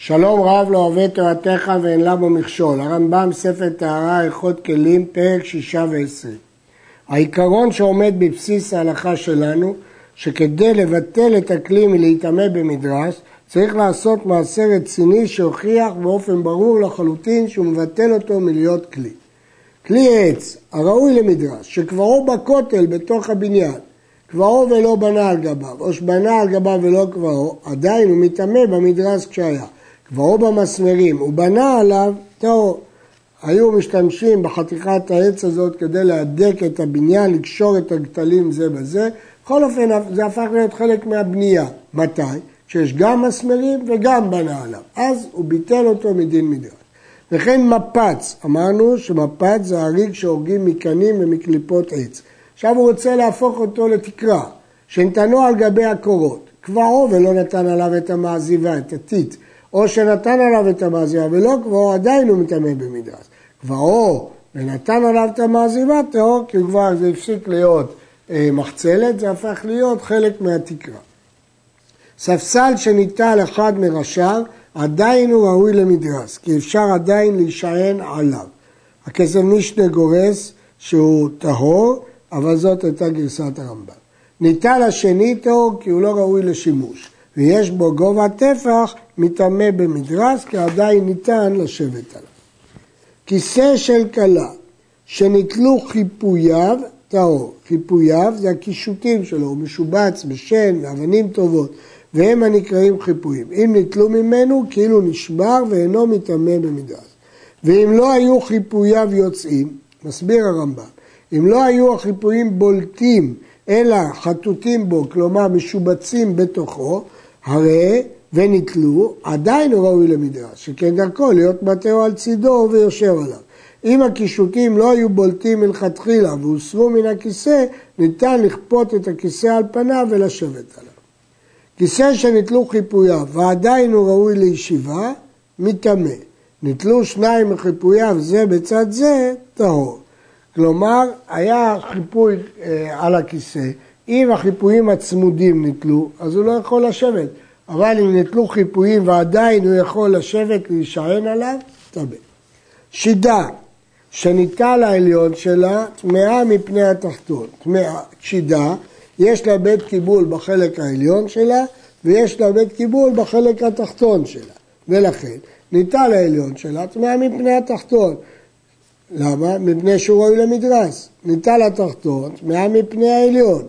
שלום רב לא אוהב תורתך ואין לה בו מכשול. הרמב"ם ספר טהרה הלכות כלים פרק 6 ו-20. העיקרון שעומד בבסיס ההלכה שלנו שכדי לבטל את הכלי מלהיטמא במדרש צריך לעשות מעשה רציני שהוכיח באופן ברור לחלוטין שהוא מבטל אותו מלהיות כלי. כלי עץ הראוי למדרש שקברו בכותל בתוך הבניין קברו ולא בנה על גביו או שבנה על גביו ולא קברו עדיין הוא מיטמא במדרש כשהיה. קברו במסמרים ובנה עליו טהור. היו משתמשים בחתיכת העץ הזאת כדי להדק את הבניין, לקשור את הגטלים זה בזה. בכל אופן זה הפך להיות חלק מהבנייה. מתי? שיש גם מסמרים וגם בנה עליו. אז הוא ביטל אותו מדין מדרש. וכן מפץ, אמרנו שמפץ זה הריג שהורגים מקנים ומקליפות עץ. עכשיו הוא רוצה להפוך אותו לתקרה, שנתנו על גבי הקורות. קברו ולא נתן עליו את המעזיבה, את הטיט. או שנתן עליו את המעזיבה ולא קברו, עדיין הוא מיטמא במדרש. קברו ונתן עליו את המעזיבה טהור, כי כבר זה הפסיק להיות מחצלת, זה הפך להיות חלק מהתקרה. ספסל שניטל אחד מראשיו, עדיין הוא ראוי למדרש, כי אפשר עדיין להישען עליו. הכסף משנה גורס שהוא טהור, אבל זאת הייתה גרסת הרמב"ם. ניטל השני טהור כי הוא לא ראוי לשימוש, ויש בו גובה טפח, מיטמא במדרש, כי עדיין ניתן לשבת עליו. כיסא של כלה, שניטלו חיפוייו, טהור. חיפוייו זה הקישוטים שלו, הוא משובץ בשן, אבנים טובות, והם הנקראים חיפויים. אם ניטלו ממנו, כאילו נשבר ואינו מיטמא במדרש. ואם לא היו חיפוייו יוצאים, מסביר הרמב"ם, אם לא היו החיפויים בולטים, אלא חטוטים בו, כלומר משובצים בתוכו, הרי וניטלו, עדיין הוא ראוי למדרש, שכן דרכו להיות מטהו על צידו ויושב עליו. אם הקישוטים לא היו בולטים מלכתחילה והוסרו מן הכיסא, ניתן לכפות את הכיסא על פניו ולשבת עליו. כיסא שניטלו חיפוייו ועדיין הוא ראוי לישיבה, מיטמא. ניטלו שניים מחיפוייו זה בצד זה, טהור. כלומר, היה חיפוי על הכיסא, אם החיפויים הצמודים ניטלו, אז הוא לא יכול לשבת. אבל אם ניטלו חיפויים ועדיין הוא יכול לשבת להישען עליו, טמא. שידה, שניטל העליון שלה, טמאה מפני התחתון. שידה, יש לה בית קיבול בחלק העליון שלה, ויש לה בית קיבול בחלק התחתון שלה. ולכן, ניטל העליון שלה, טמאה מפני התחתון. למה? מפני שהוא ראוי למדרש. ניטל התחתון, טמאה מפני העליון.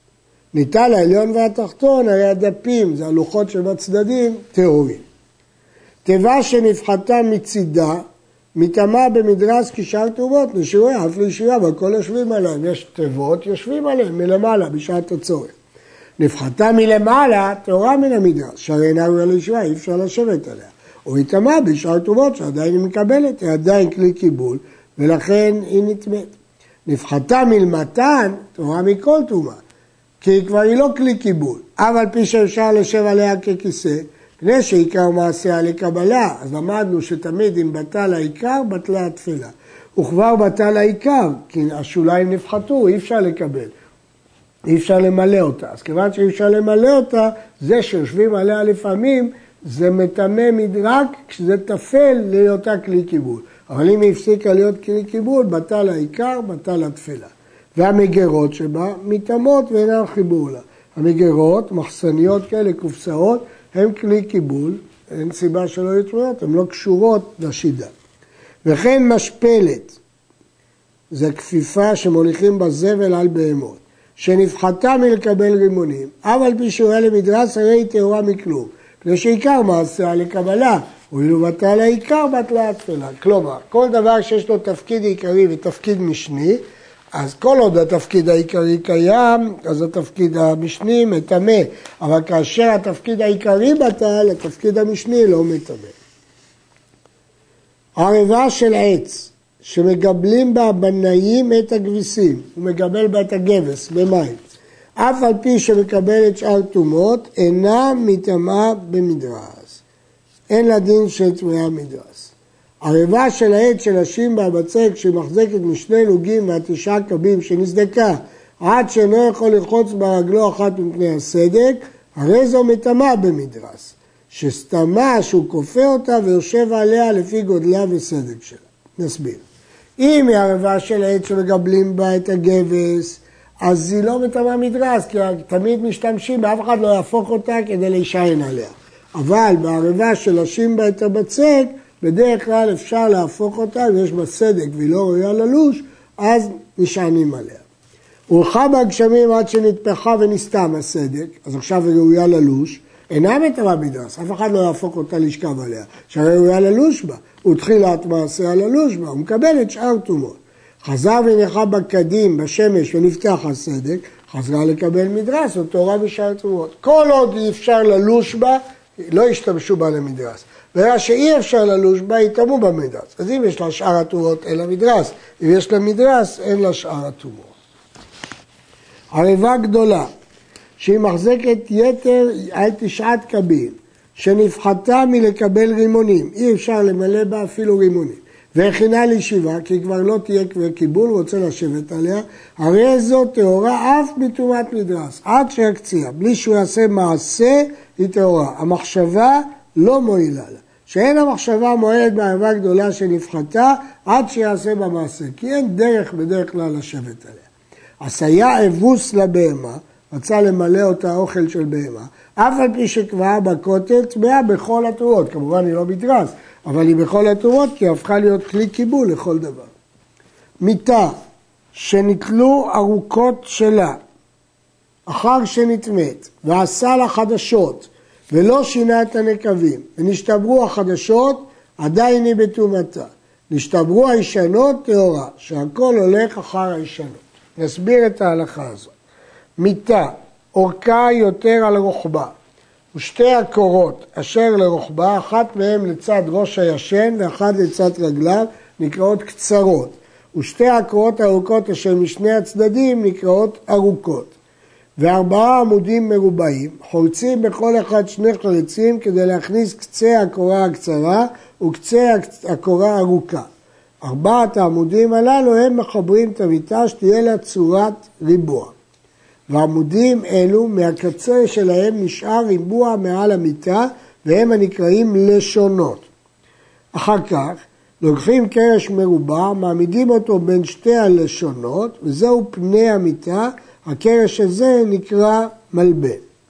ניטל העליון והתחתון, הרי הדפים, זה הלוחות שבצדדים, טהורים. תיבה שנפחתה מצידה, מיטמא במדרש כשאר תאומות, נשיאוי אף לישיבה, אבל כל יושבים עליהם. יש תיבות, יושבים עליהם מלמעלה בשעת הצורך. נפחתה מלמעלה, טהורה מן המדרש, שהרי אינה ראויה לישיבה, אי אפשר לשבת עליה. או מיטמא בשאר תאומות, שעדיין היא מקבלת, היא עדיין כלי קיבול, ולכן היא נטמאת. נפחתה מלמתן, טהורה מכל תאומה. כי כבר היא לא כלי קיבול, אבל פי שאפשר לשב עליה ככיסא, כדי שעיקר מעשיה לקבלה, אז למדנו שתמיד אם בטל העיקר, בטלה התפילה. וכבר בטל העיקר, כי השוליים נפחתו, אי אפשר לקבל, אי אפשר למלא אותה. אז כיוון שאי אפשר למלא אותה, זה שיושבים עליה לפעמים, זה מטמא מדרג, כשזה תפל להיותה כלי קיבול. אבל אם היא הפסיקה להיות כלי קיבול, בטל העיקר, בטל התפילה. והמגרות שבה מיטמאות ואינן חיבור לה. המגרות, מחסניות כאלה, קופסאות, הן כלי קיבול, אין סיבה שלא יתמודד, הן לא קשורות לשידה. וכן משפלת, זה כפיפה שמוליכים בזבל על בהמות, שנפחתה מלקבל רימונים, אבל פי שהוא היה למדרש הרי היא טהורה מכלום, כדי שעיקר מעשיה לקבלה, ואילו בטל העיקר בטלה התפילה. כלומר, כל דבר שיש לו תפקיד עיקרי ותפקיד משני, אז כל עוד התפקיד העיקרי קיים, אז התפקיד המשני מטמא. אבל כאשר התפקיד העיקרי בטל, התפקיד המשני לא מטמא. ערבה של עץ, שמגבלים בה בנאים את הגביסים, הוא מגבל בה את הגבס במים, אף על פי שמקבל את שאר תומות, אינה מטמאה במדרש. אין לה דין של טמאה מדרש. ערבה של העץ של השימבה הבצק שמחזקת משני נוגים והתשעה קבים שנסדקה עד שאינו יכול לרחוץ ברגלו אחת מפני הסדק, הרי זו מטמאה במדרש. שסתמה שהוא כופה אותה ויושב עליה לפי גודלה וסדק שלה. נסביר. אם היא ערבה של העץ שמגבלים בה את הגבס, אז היא לא מטמאה מדרס, כי תמיד משתמשים, ואף אחד לא יהפוך אותה כדי להישען עליה. אבל בערבה שלשים בה את הבצק, בדרך כלל אפשר להפוך אותה, ויש בה סדק והיא לא ראויה ללוש, אז נשענים עליה. הולכה בגשמים עד שנתפחה ונסתם הסדק, אז עכשיו היא ראויה ללוש, אינה מטמאה מדרס, אף אחד לא יהפוך אותה לשכב עליה, שהרי ראויה ללוש בה, הוא תחילת מעשה הללוש בה, הוא מקבל את שאר תומות. חזר ונלכה בקדים, בשמש, ונפתח הסדק, חזרה לקבל מדרס, או תורה בשאר תומות. כל עוד אי אפשר ללוש בה, לא ישתמשו בה למדרס. בגלל שאי אפשר ללוש בה, יטמאו במדרס. אז אם יש לה שאר התומות, אין לה מדרס. אם יש לה מדרס, אין לה שאר התומות. ערבה גדולה, שהיא מחזקת יתר על 9 קבין, שנפחתה מלקבל רימונים, אי אפשר למלא בה אפילו רימונים, והכינה לישיבה, כי כבר לא תהיה קיבול, רוצה לשבת עליה, הרי זו טהורה אף מטומאת מדרס, עד שיקציע, בלי שהוא יעשה מעשה, היא טהורה. המחשבה לא מועילה לה, שאין המחשבה מועלת בערבה גדולה שנפחתה, עד שיעשה במעשה, כי אין דרך בדרך כלל לשבת עליה. עשיה אבוס לבהמה, רצה למלא אותה אוכל של בהמה, אף על פי שקבעה בכותל טמאה בכל התרועות, כמובן היא לא מדרס, אבל היא בכל התרועות כי הפכה להיות כלי קיבול לכל דבר. מיטה שנתלו ארוכות שלה, אחר שנטמאת, ועשה לה חדשות, ולא שינה את הנקבים, ונשתברו החדשות, עדיין היא בטומאתה. נשתברו הישנות טהורה, שהכל הולך אחר הישנות. נסביר את ההלכה הזאת. מיטה, אורכה יותר על רוחבה, ושתי הקורות אשר לרוחבה, אחת מהן לצד ראש הישן ואחת לצד רגליו, נקראות קצרות, ושתי הקורות הארוכות אשר משני הצדדים נקראות ארוכות. 4 עמודים מרובעים, חולצים בכל אחד 2 חלצים כדי להכניס קצה הקורה הקצרה וקצה הקורה הארוכה. 4 העמודים הללו הם מחברים את המיטה שתהיה לה צורת ריבוע. ועמודים אלו מהקצה שלהם נשאר ריבוע מעל המיטה והם הנקראים לשונות. אחר כך לוקחים קרש מרובע, מעמידים אותו בין 2 הלשונות וזהו פני המיטה, הקרש הזה נקרא מלבן.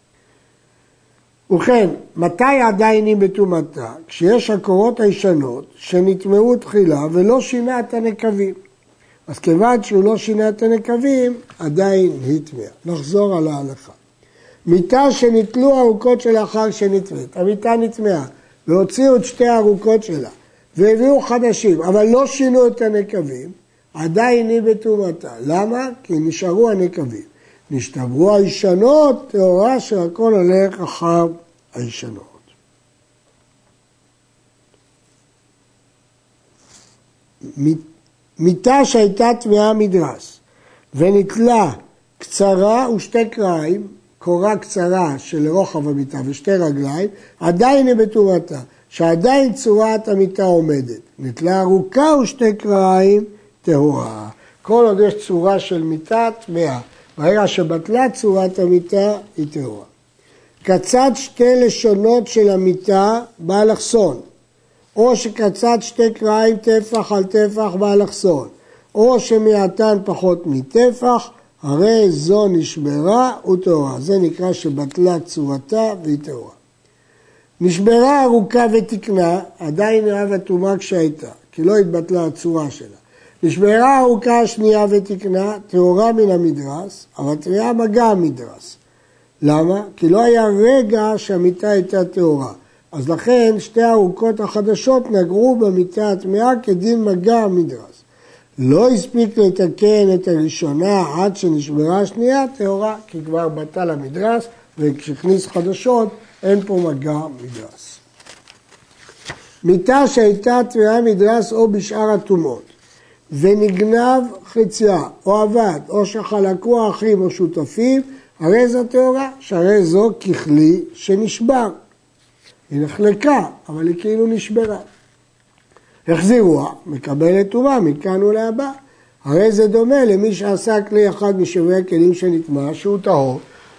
ובכן, מתי עדיין היא בטומאתה? כשיש הקורות הישנות שנטמאו תחילה ולא שינה את הנקבים. אז כיוון שהוא לא שינה את הנקבים, עדיין היא טמאה. נחזור על ההלכה. מיטה שנתלו ארוכות שלאחר שנטמאת. המיטה נטמאה, והוציאו את 2 הארוכות שלה, והביאו חדשים, אבל לא שינו את הנקבים, עדיין היא בטומאתה. למה? כי נשארו הנקבים. נשתברו הישנות, טהורה שהכל הולך אחר הישנות. מיטה שהייתה טמאה מדרס ונתלה קצרה ושתי קרעים, קורה קצרה של רוחב המיטה ושתי רגליים, עדיין היא בטומאתה, שעדיין צורת המיטה עומדת. נתלה ארוכה ושתי קרעים, טהורה. כל עוד יש צורה של מיטה טמאה, ברגע שבטלה צורת המיטה היא טהורה. קצת 2 לשונות של המיטה באלכסון, או שקצת 2 קרעים טפח על טפח באלכסון, או שמעטן פחות מטפח, הרי זו נשברה וטהורה. זה נקרא שבטלה צורתה והיא טהורה. נשברה ארוכה ותקנה, עדיין נראה וטומאה כשהייתה, כי לא התבטלה הצורה שלה. נשברה ארוכה שנייה ותקנה, טהורה מן המדרס, אבל טמאה מגע המדרס. למה? כי לא היה רגע שהמיטה הייתה טהורה. אז לכן 2 הארוכות החדשות נגרו במיטה הטמאה כדין מגע המדרס. לא הספיק לתקן את הראשונה עד שנשברה השנייה, טהורה, כי כבר בטל המדרס, וכשהכניס חדשות אין פה מגע מדרס. מיטה שהייתה טמאה מדרס או בשאר הטומאות, ונגנב חציה, או עבד, או שחלקו האחים או שותפים, הרי זו טהורה, שהרי זו ככלי שנשבר. היא נחלקה, אבל היא כאילו נשברה. החזירוה, מקבלת טומאה, מכאן ולהבא. הרי זה דומה למי שעשה כלי אחד משברי הכלים שנטמא, שהוא טהור,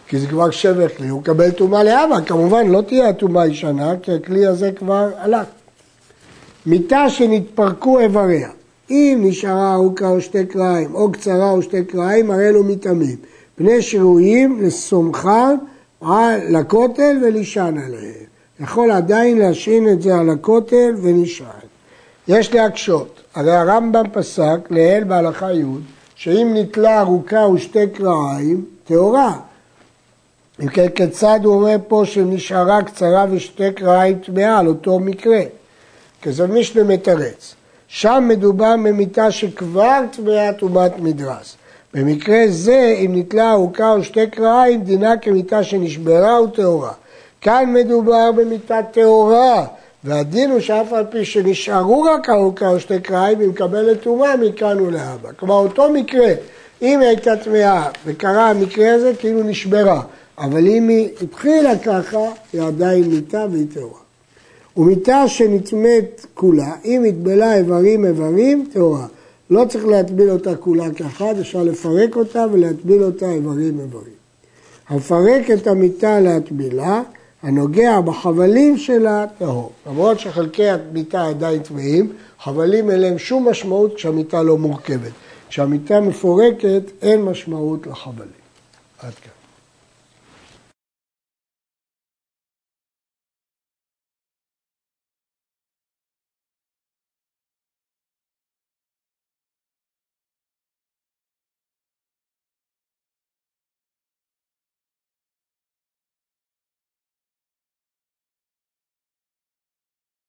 כי זה כבר שבר כלי, הוא מקבל טומאה לאבא, כמובן לא תהיה הטומאה ישנה, כי הכלי הזה כבר הלך. מיטה שנתפרקו איבריה, אם נשארה ארוכה או שתי קרעים, או קצרה או שתי קרעים, הרי אלו מטמאים. פני שראויים לסומכם לכותל ולישן עליהם. יכול עדיין להשעין את זה על הכותל ונשען. יש להקשות, הרי הרמב"ם פסק לעיל בהלכה י' שאם נתלה ארוכה ושתי קרעים, טהורה. כיצד הוא אומר פה שנשארה קצרה ושתי קרעים טמאה על אותו מקרה? כזו משנה מתרץ. שם מדובר במיטה שכבר טמאה טומאת מדרס. במקרה זה, אם נתלה ארוכה או שתי קרעים, דינה כמיטה שנשברה וטהורה. כאן מדובר במיטה טהורה, והדין הוא שאף על פי שנשארו רק ארוכה או שתי קרעים, היא מקבלת טומאה מכאן ולהבא. כלומר, אותו מקרה, אם היא הייתה טמאה וקרה המקרה הזה, כאילו נשברה. אבל אם היא התחילה ככה, היא עדיין מיטה והיא טהורה. ומיטה שנטמאת כולה, אם התבלה איברים, טהורה. לא צריך להטביל אותה כולה כאחד, אפשר לפרק אותה ולהטביל אותה איברים. המפרק את המיטה להטבילה, הנוגע בחבלים שלה טהור. למרות שחלקי המיטה עדיין טמאים, חבלים אליהם שום משמעות כשהמיטה לא מורכבת. כשהמיטה מפורקת אין משמעות לחבלים. עד כאן.